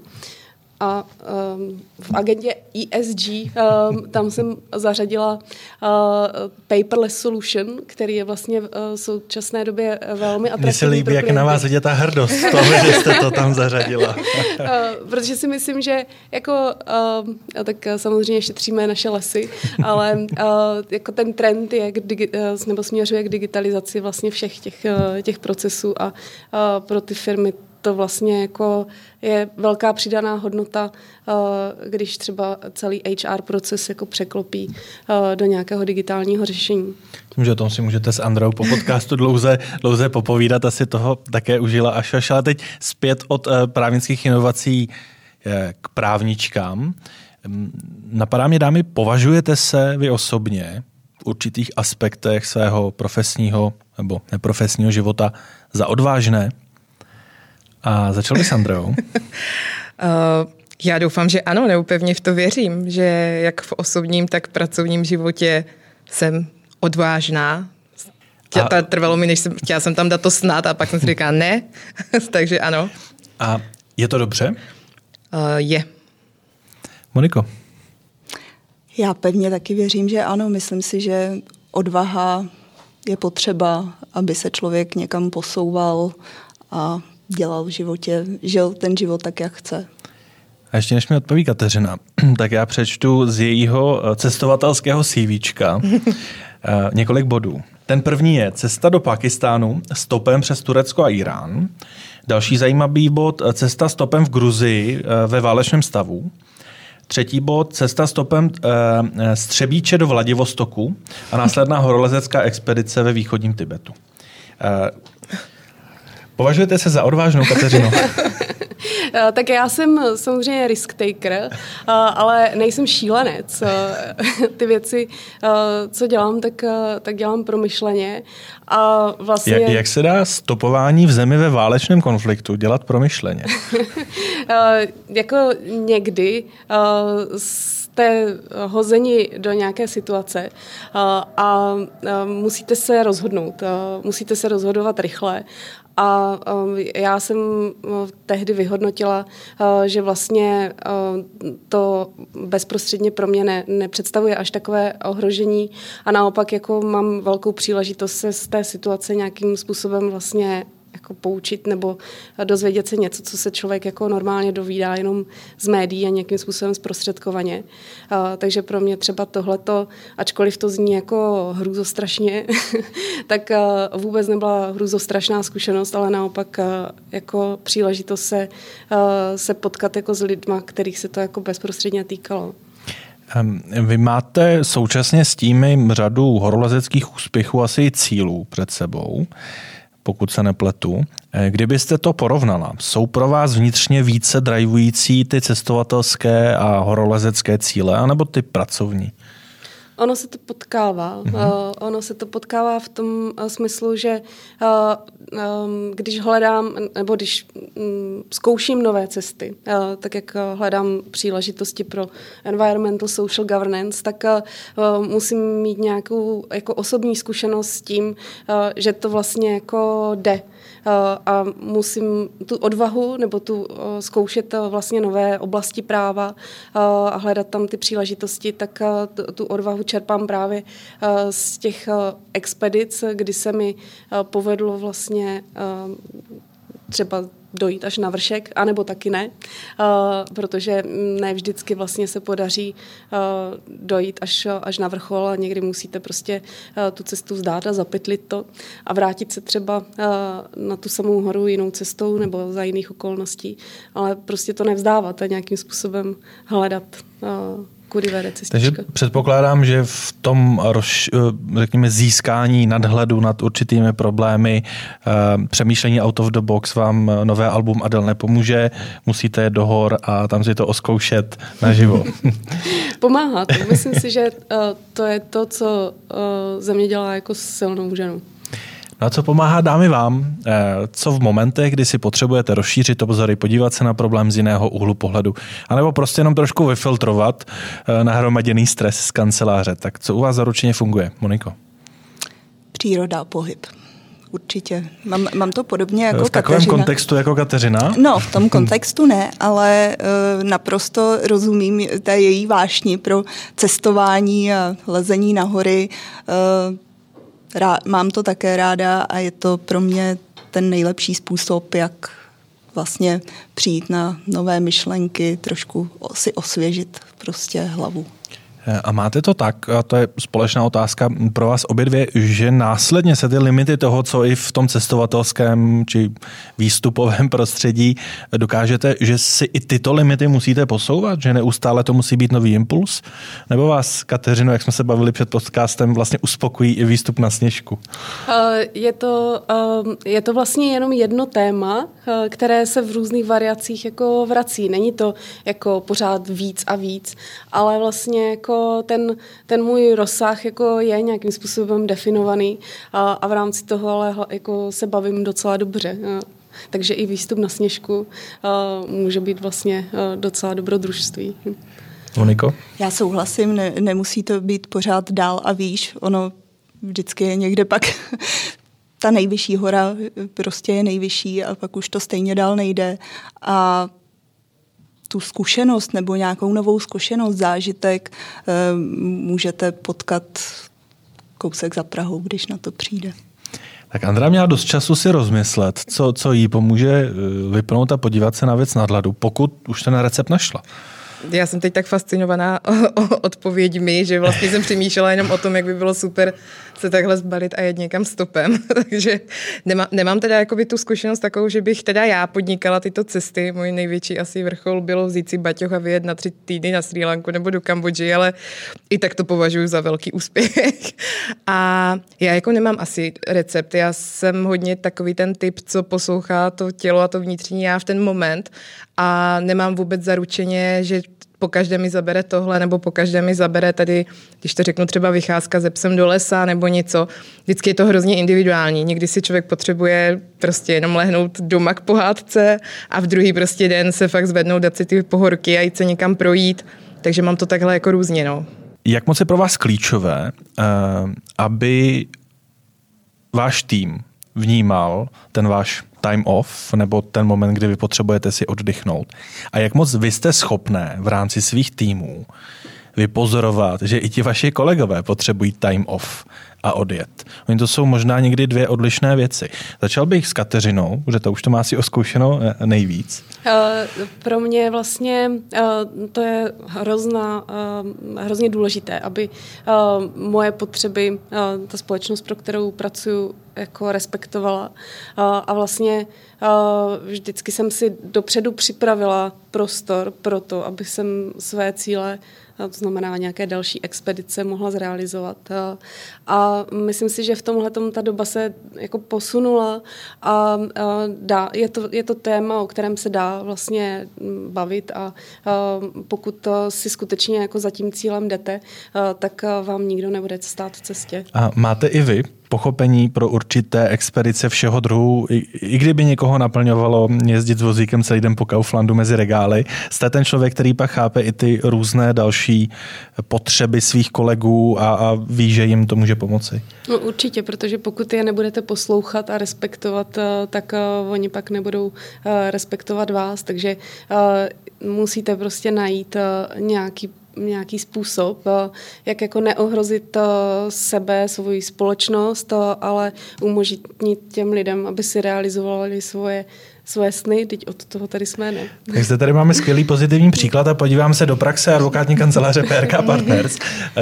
A v agendě ESG tam jsem zařadila paperless solution, který je vlastně v současné době velmi atraktivní. Mně se líbí, jak na vás vidět ta hrdost toho, že jste to tam zařadila. Protože si myslím, že jako, tak samozřejmě šetříme naše lesy, ale jako ten trend je nebo směřuje k digitalizaci vlastně všech těch procesů a pro ty firmy to vlastně jako je velká přidaná hodnota, když třeba celý HR proces jako překlopí do nějakého digitálního řešení. Tím, že o tom si můžete s Andreou po podcastu dlouze popovídat, asi toho také užila až. Ale teď zpět od právnických inovací k právničkám. Napadá mě, dámy, považujete se vy osobně v určitých aspektech svého profesního nebo neprofesního života za odvážné? A začal bych s Andreou. Já doufám, že ano, neupevně v to věřím, že jak v osobním, tak v pracovním životě jsem odvážná. Trvalo mi, než chtěla jsem tam dát to snad a pak jsem si říkala ne, takže ano. A je to dobře? Je. Moniko? Já pevně taky věřím, že ano. Myslím si, že odvaha je potřeba, aby se člověk někam posouval a dělal v životě, žil ten život tak, jak chce. A ještě než mi odpoví Kateřina, tak já přečtu z jejího cestovatelského CVčka několik bodů. Ten první je cesta do Pákistánu stopem přes Turecko a Irán. Další zajímavý bod, cesta stopem v Gruzii ve válečném stavu. Třetí bod, cesta stopem z Třebíče do Vladivostoku a následná horolezecká expedice ve východním Tibetu. Považujete se za odvážnou, Kateřino? Tak já jsem samozřejmě risk taker, ale nejsem šílenec. Ty věci, co dělám, tak dělám promyšleně. A vlastně... Jak se dá stopování v zemi ve válečném konfliktu dělat promyšleně? Jako někdy jste hozeni do nějaké situace a musíte se rozhodnout. Musíte se rozhodovat rychle. A já jsem tehdy vyhodnotila, že vlastně to bezprostředně pro mě nepředstavuje až takové ohrožení a naopak jako mám velkou příležitost se z té situace nějakým způsobem vlastně jako poučit nebo dozvědět se něco, co se člověk jako normálně dovídá jenom z médií a nějakým způsobem zprostředkovaně. Takže pro mě třeba tohleto, ačkoliv to zní jako hrůzostrašně, tak vůbec nebyla hrůzostrašná zkušenost, ale naopak jako příležitost se potkat jako s lidma, kterých se to jako bezprostředně týkalo. Vy máte současně s tím řadu horolezeckých úspěchů asi i cílů před sebou, pokud se nepletu. Kdybyste to porovnala, jsou pro vás vnitřně více drivující ty cestovatelské a horolezecké cíle, anebo ty pracovní? Ono se to potkává. Ono se to potkává v tom smyslu, že když hledám, nebo když zkouším nové cesty, tak jak hledám příležitosti pro environmental social governance, tak musím mít nějakou jako osobní zkušenost s tím, že to vlastně jako jde. A musím tu odvahu nebo tu zkoušet vlastně nové oblasti práva a hledat tam ty příležitosti, tak tu odvahu čerpám právě z těch expedic, kdy se mi povedlo vlastně třeba dojít až na vršek, anebo taky ne, protože ne vždycky vlastně se podaří dojít až na vrchol a někdy musíte prostě tu cestu vzdát a zapetlit to a vrátit se třeba na tu samou horu jinou cestou nebo za jiných okolností, ale prostě to nevzdávat a nějakým způsobem hledat kudy vede cestička. Takže předpokládám, že v tom, řekněme, získání nadhledu nad určitými problémy, přemýšlení out of the box vám nové album Adele nepomůže, musíte jít do hor a tam si to oskoušet naživo. Pomáhá to. Myslím si, že to je to, co ze mě dělá jako silnou ženu. No a co pomáhá dámy vám? Co v momentech, kdy si potřebujete rozšířit obzory, podívat se na problém z jiného úhlu pohledu, anebo prostě jenom trošku vyfiltrovat nahromaděný stres z kanceláře. Tak co u vás zaručeně funguje, Moniko? Příroda a pohyb. Určitě. Mám to podobně jako Kateřina. V takovém kontextu jako Kateřina? No, v tom kontextu ne, ale naprosto rozumím té její vášni pro cestování a lezení na hory. Mám to také ráda a je to pro mě ten nejlepší způsob, jak vlastně přijít na nové myšlenky, trošku si osvěžit prostě hlavu. A máte to tak, a to je společná otázka pro vás obě dvě, že následně se ty limity toho, co i v tom cestovatelském či výstupovém prostředí dokážete, že si i tyto limity musíte posouvat, že neustále to musí být nový impuls? Nebo vás, Kateřino, jak jsme se bavili před podcastem, vlastně uspokojí i výstup na sněžku? Je to vlastně jenom jedno téma, které se v různých variacích jako vrací. Není to jako pořád víc a víc, ale vlastně jako ten můj rozsah jako je nějakým způsobem definovaný a v rámci toho ale jako se bavím docela dobře. Takže i výstup na sněžku může být vlastně docela dobrodružství. Moniko? Já souhlasím, nemusí to být pořád dál a výš. Ono vždycky je někde pak ta nejvyšší hora prostě je nejvyšší a pak už to stejně dál nejde. A tu zkušenost nebo nějakou novou zkušenost, zážitek můžete potkat kousek za Prahou, když na to přijde. Tak Andrea měla dost času si rozmyslet, co jí pomůže vypnout a podívat se na věc nadhledu, pokud už ten recept našla. Já jsem teď tak fascinovaná odpověďmi, že vlastně jsem přemýšlela jenom o tom, jak by bylo super se takhle zbalit a jet někam stopem. Takže nemám teda jakoby tu zkušenost takovou, že bych teda já podnikala tyto cesty. Můj největší asi vrchol bylo vzít si baťoch a vyjet na 3 týdny na Srí Lanku nebo do Kambodži, ale i tak to považuji za velký úspěch. A já jako nemám asi recept. Já jsem hodně takový ten typ, co poslouchá to tělo a to vnitřní já v ten moment a nemám vůbec zaručeně, že po každé mi zabere tohle, nebo po každé mi zabere tady, když to řeknu třeba vycházka ze psem do lesa nebo něco. Vždycky je to hrozně individuální. Někdy si člověk potřebuje prostě jenom lehnout doma k pohádce a v druhý prostě den se fakt zvednout, dát si ty pohorky a jít se někam projít. Takže mám to takhle jako různě, no. Jak moc je pro vás klíčové, aby váš tým vnímal ten váš time off nebo ten moment, kdy vy potřebujete si oddychnout? A jak moc vy jste schopné v rámci svých týmů vypozorovat, že i ti vaši kolegové potřebují time off a odjet? Oni to jsou možná někdy 2 odlišné věci. Začal bych s Kateřinou, že to už to má si oskoušeno nejvíc. Pro mě vlastně to je hrozně důležité, aby moje potřeby ta společnost, pro kterou pracuji, jako respektovala. A vlastně vždycky jsem si dopředu připravila prostor pro to, aby jsem své cíle, to znamená nějaké další expedice, mohla zrealizovat. A myslím si, že v tomhletom ta doba se jako posunula a je to téma, o kterém se dá vlastně bavit a pokud si skutečně jako za tím cílem jdete, tak vám nikdo nebude stát v cestě. A máte i vy pochopení pro určité expedice všeho druhu, i kdyby někoho naplňovalo jezdit s vozíkem celý den po Kauflandu mezi regály, jste ten člověk, který pak chápe i ty různé další potřeby svých kolegů a ví, že jim to může pomoci? No, určitě, protože pokud je nebudete poslouchat a respektovat, tak oni pak nebudou respektovat vás, takže musíte prostě najít nějaký způsob, jak jako neohrozit sebe, svoji společnost, ale umožnit těm lidem, aby si realizovali svoje sny, teď od toho tady jsme, ne? Tak zde tady máme skvělý pozitivní příklad a podívám se do praxe advokátní kanceláře PRK Partners.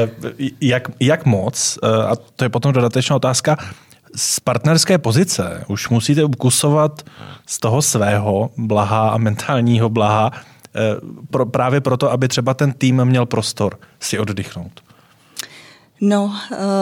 Jak moc, a to je potom dodatečná otázka, z partnerské pozice už musíte ukusovat z toho svého blaha a mentálního blaha právě proto, aby třeba ten tým měl prostor si oddychnout? No,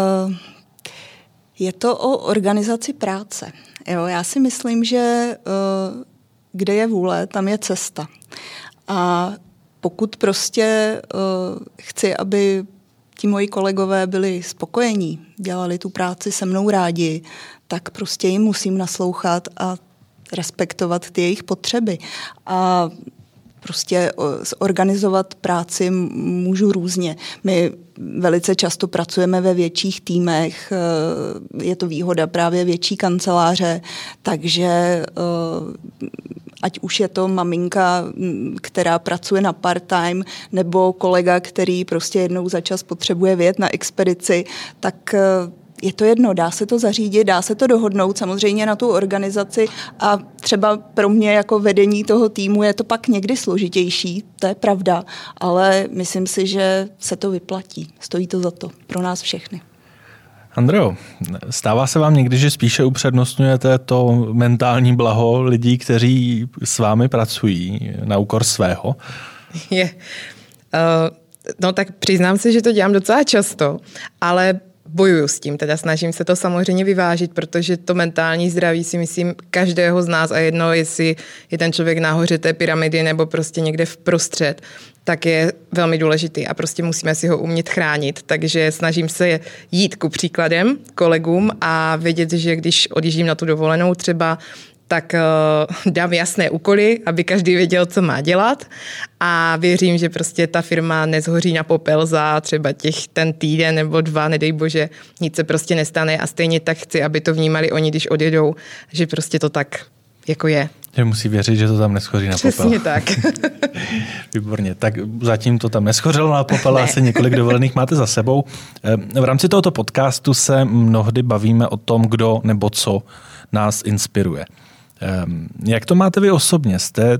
je to o organizaci práce. Jo, já si myslím, že kde je vůle, tam je cesta. A pokud prostě chci, aby ti moji kolegové byli spokojení, dělali tu práci se mnou rádi, tak prostě jim musím naslouchat a respektovat ty jejich potřeby. A prostě zorganizovat práci můžu různě. My velice často pracujeme ve větších týmech, je to výhoda právě větší kanceláře, takže ať už je to maminka, která pracuje na part-time, nebo kolega, který prostě jednou za čas potřebuje vyjet na expedici, tak je to jedno, dá se to zařídit, dá se to dohodnout samozřejmě na tu organizaci a třeba pro mě jako vedení toho týmu je to pak někdy složitější, to je pravda, ale myslím si, že se to vyplatí. Stojí to za to pro nás všechny. Andreo, stává se vám někdy, že spíše upřednostňujete to mentální blaho lidí, kteří s vámi pracují na úkor svého? No tak přiznám se, že to dělám docela často, ale bojuju s tím, teda snažím se to samozřejmě vyvážit, protože to mentální zdraví si myslím každého z nás a jedno, jestli je ten člověk nahoře té pyramidy nebo prostě někde vprostřed, tak je velmi důležitý a prostě musíme si ho umět chránit. Takže snažím se jít ku příkladem kolegům a vědět, že když odjíždím na tu dovolenou třeba, tak dám jasné úkoly, aby každý věděl, co má dělat a věřím, že prostě ta firma nezhoří na popel za třeba ten týden nebo 2, nedej bože, nic se prostě nestane a stejně tak chci, aby to vnímali oni, když odjedou, že prostě to tak jako je. Že musí věřit, že to tam neschoří na popel. Přesně tak. Výborně, tak zatím to tam neschořilo na popel, ne. Asi několik dovolených máte za sebou. V rámci tohoto podcastu se mnohdy bavíme o tom, kdo nebo co nás inspiruje. Jak to máte vy osobně? Jste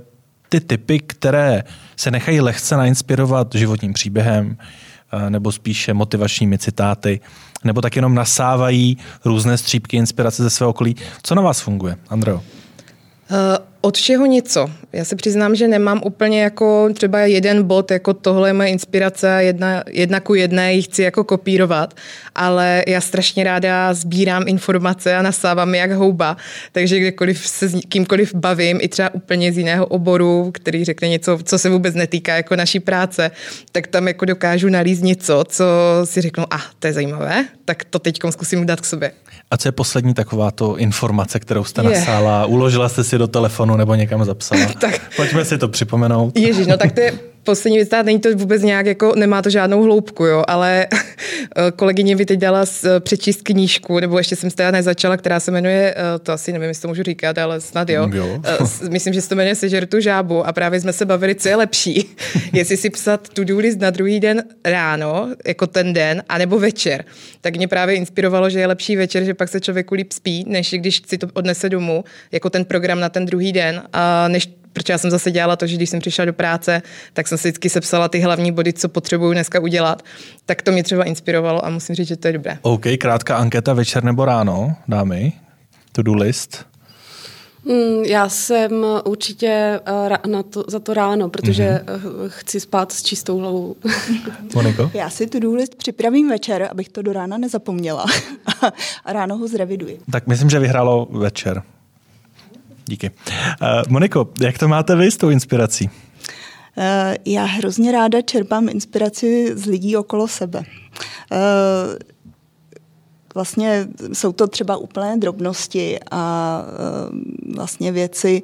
ty typy, které se nechají lehce nainspirovat životním příběhem nebo spíše motivačními citáty, nebo tak jenom nasávají různé střípky inspirace ze svého okolí. Co na vás funguje, Andreo? Od všeho něco. Já se přiznám, že nemám úplně jako třeba jeden bod, jako tohle je moje inspirace, jedna ku jedné, ji chci jako kopírovat, ale já strašně ráda sbírám informace a nasávám jak houba, takže kdekoliv se s kýmkoliv bavím, i třeba úplně z jiného oboru, který řekne něco, co se vůbec netýká jako naší práce, tak tam jako dokážu nalízt něco, co si řeknu, to je zajímavé, tak to teďkom zkusím dát k sobě. A co je poslední takováto informace, kterou jste nasála? Uložila jste si do telefonu nebo někam zapsala? Tak. Pojďme si to připomenout. Ježiš, no tak to je poslední věc, není to vůbec nějak, jako nemá to žádnou hloubku, jo, ale kolegyně mi teď dala přečíst knížku, nebo ještě jsem teda nezačala, která se jmenuje, to asi nevím, jestli to můžu říkat, ale snad jo. Myslím, že se to jmenuje Sežer tu žábu a právě jsme se bavili, co je lepší, jestli si psat to-do list na druhý den ráno, jako ten den, anebo večer. Tak mě právě inspirovalo, že je lepší večer, že pak se člověku líp spí, než když si to odnese domů, jako ten program na ten druhý den, protože já jsem zase dělala to, že když jsem přišla do práce, tak jsem si vždycky sepsala ty hlavní body, co potřebuju dneska udělat. Tak to mě třeba inspirovalo a musím říct, že to je dobré. OK, krátká anketa večer nebo ráno, dámy? To-do list? Já jsem určitě za to ráno, protože chci spát s čistou hlavou. Moniko? Já si to-do list připravím večer, abych to do rána nezapomněla. A ráno ho zreviduji. Tak myslím, že vyhrálo večer. Díky. Moniko, jak to máte vy s tou inspirací? Já hrozně ráda čerpám inspiraci z lidí okolo sebe. Vlastně jsou to třeba úplné drobnosti a vlastně věci,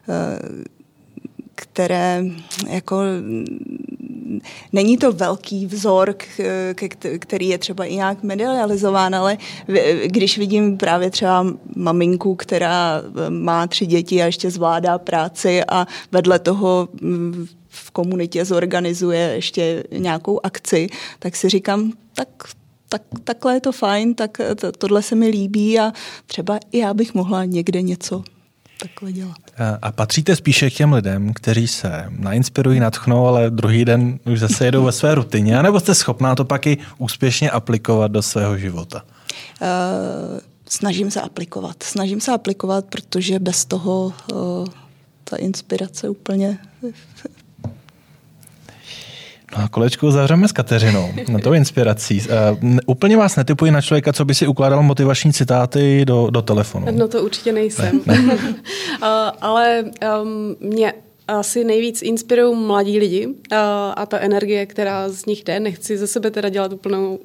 které jako není to velký vzor, který je třeba i nějak medializován, ale když vidím právě třeba maminku, která má 3 děti a ještě zvládá práci a vedle toho v komunitě zorganizuje ještě nějakou akci, tak si říkám, takhle je to fajn, tak tohle se mi líbí a třeba i já bych mohla někde něco takhle dělat. A patříte spíše k těm lidem, kteří se nainspirují, nadchnou, ale druhý den už zase jedou ve své rutině, anebo jste schopná to pak i úspěšně aplikovat do svého života? Snažím se aplikovat, protože bez toho ta inspirace úplně... No a kolečko zavřeme s Kateřinou na tou inspirací. Úplně vás netypuji na člověka, co by si ukládal motivační citáty do telefonu. No to určitě nejsem. Ne. Ale mě asi nejvíc inspirují mladí lidi a ta energie, která z nich jde. Nechci ze sebe teda dělat úplnou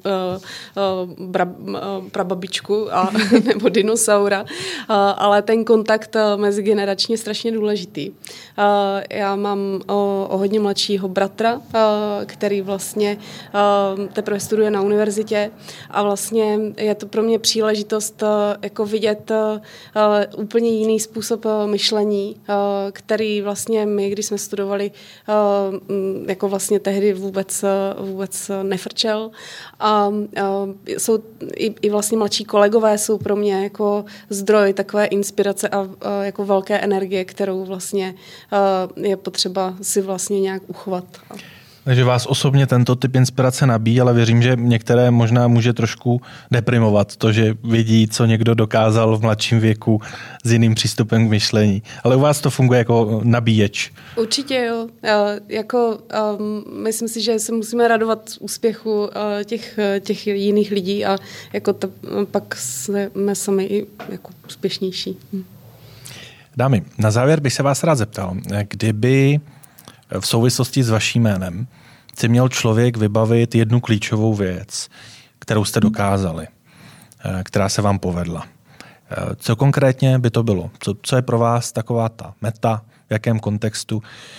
prababičku nebo dinosaura, ale ten kontakt mezigeneračně je strašně důležitý. Já mám o hodně mladšího bratra, který vlastně teprve studuje na univerzitě a vlastně je to pro mě příležitost jako vidět úplně jiný způsob myšlení, který vlastně my, když jsme studovali, jako vlastně tehdy vůbec nefrčel. A jsou i vlastně mladší kolegové jsou pro mě jako zdroj takové inspirace a jako velké energie, kterou vlastně je potřeba si vlastně nějak uchovat. Takže vás osobně tento typ inspirace nabíjí, ale věřím, že některé možná může trošku deprimovat to, že vidí, co někdo dokázal v mladším věku s jiným přístupem k myšlení. Ale u vás to funguje jako nabíječ. Určitě jo. Myslím si, že se musíme radovat z úspěchu těch jiných lidí a jako pak jsme sami i jako úspěšnější. Dámy, na závěr bych se vás rád zeptal, kdyby v souvislosti s vaším jménem si měl člověk vybavit jednu klíčovou věc, kterou jste dokázali, která se vám povedla. Co konkrétně by to bylo? Co je pro vás taková ta meta? V jakém kontextu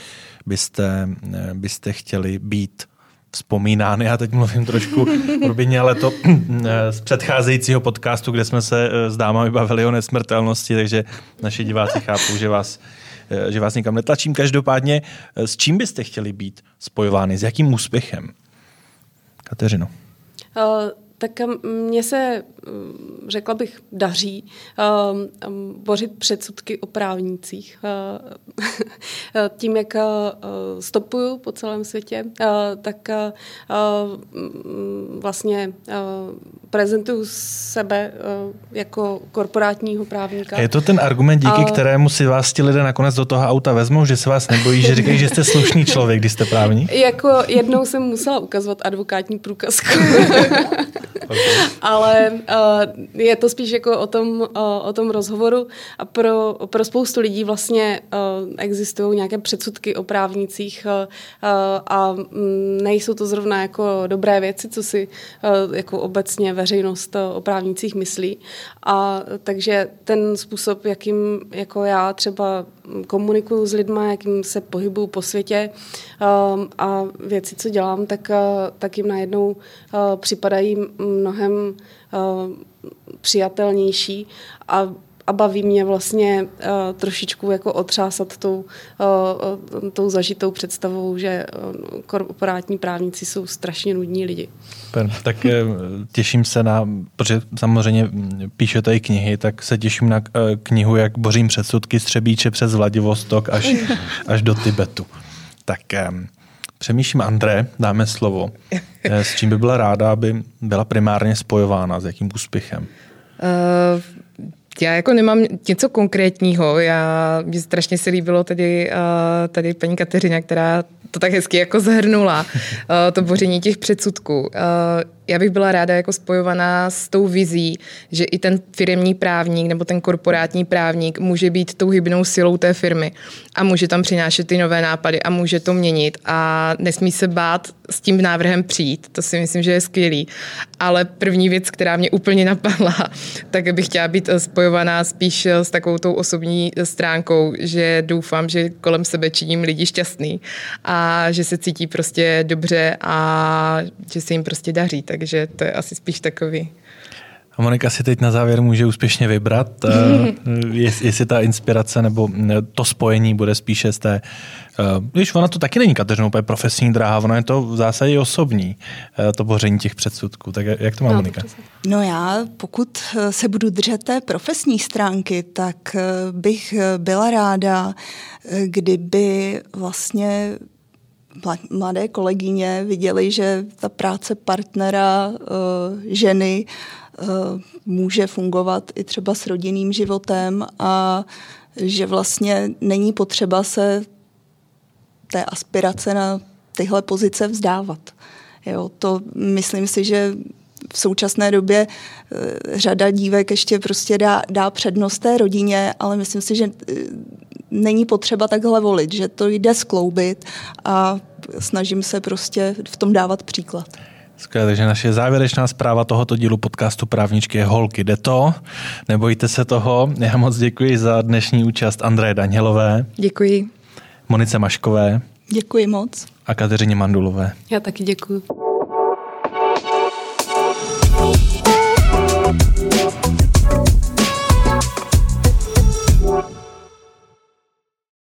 byste chtěli být vzpomínány? Já teď mluvím trošku urbině, ale to z předcházejícího podcastu, kde jsme se s dámami bavili o nesmrtelnosti, takže naši diváci chápou, že vás nikam netlačím. Každopádně, s čím byste chtěli být spojovány? S jakým úspěchem? Kateřino. Tak mně se, řekla bych, daří bořit předsudky o právnících. Tím, jak stopuju po celém světě, tak vlastně prezentuju sebe jako korporátního právníka. A je to ten argument, díky kterému si vás ti lidé nakonec do toho auta vezmou, že se vás nebojí, že říkají, že jste slušný člověk, když jste právník? Jako jednou jsem musela ukazovat advokátní průkazku. Ale je to spíš jako o tom rozhovoru a pro spoustu lidí vlastně existují nějaké předsudky o právnících a nejsou to zrovna jako dobré věci, co si jako obecně veřejnost o právnících myslí. A takže ten způsob, jakým jako já třeba komunikuju s lidma, jakým se pohybuju po světě a věci, co dělám, tak jim najednou připadají mnohem přijatelnější a baví mě vlastně trošičku jako otřásat tou zažitou představou, že korporátní právníci jsou strašně nudní lidi. Tak těším se protože samozřejmě píšete i knihy, tak se těším na knihu, jak bořím předsudky z Třebíče přes Vladivostok až do Tibetu. Tak přemýšlím, André, dáme slovo. S čím by byla ráda, aby byla primárně spojována, s jakým úspěchem? Já jako nemám něco konkrétního. Mně strašně se líbilo tady paní Kateřina, která to tak hezky jako zhrnula, to boření těch předsudků. Já bych byla ráda jako spojovaná s tou vizí, že i ten firemní právník nebo ten korporátní právník může být tou hybnou silou té firmy a může tam přinášet ty nové nápady a může to měnit a nesmí se bát s tím návrhem přijít. To si myslím, že je skvělý. Ale první věc, která mě úplně napadla, tak bych chtěla být spojovaná spíš s takovou tou osobní stránkou, že doufám, že kolem sebe činím lidi šťastný a že se cítí prostě dobře a že se jim prostě daří. Takže to je asi spíš takový. A Monika si teď na závěr může úspěšně vybrat, jestli ta inspirace nebo to spojení bude spíše z té, když ona to taky není, Kateřino, úplně profesní dráha, ono je to v zásadě osobní, to boření těch předsudků. Tak jak to má Monika? No já, pokud se budu držet té profesní stránky, tak bych byla ráda, kdyby vlastně mladé kolegyně viděly, že ta práce partnera ženy může fungovat i třeba s rodinným životem a že vlastně není potřeba se té aspirace na tyhle pozice vzdávat. Jo, to myslím si, že v současné době řada dívek ještě prostě dá přednost té rodině, ale myslím si, že není potřeba takhle volit, že to jde skloubit a snažím se prostě v tom dávat příklad. Skvělé, takže naše závěrečná zpráva tohoto dílu podcastu Právničky je holky. Jde to? Nebojte se toho. Já moc děkuji za dnešní účast Andreje Danělové. Děkuji. Monice Maškové. Děkuji moc. A Kateřině Mandulové. Já taky děkuji.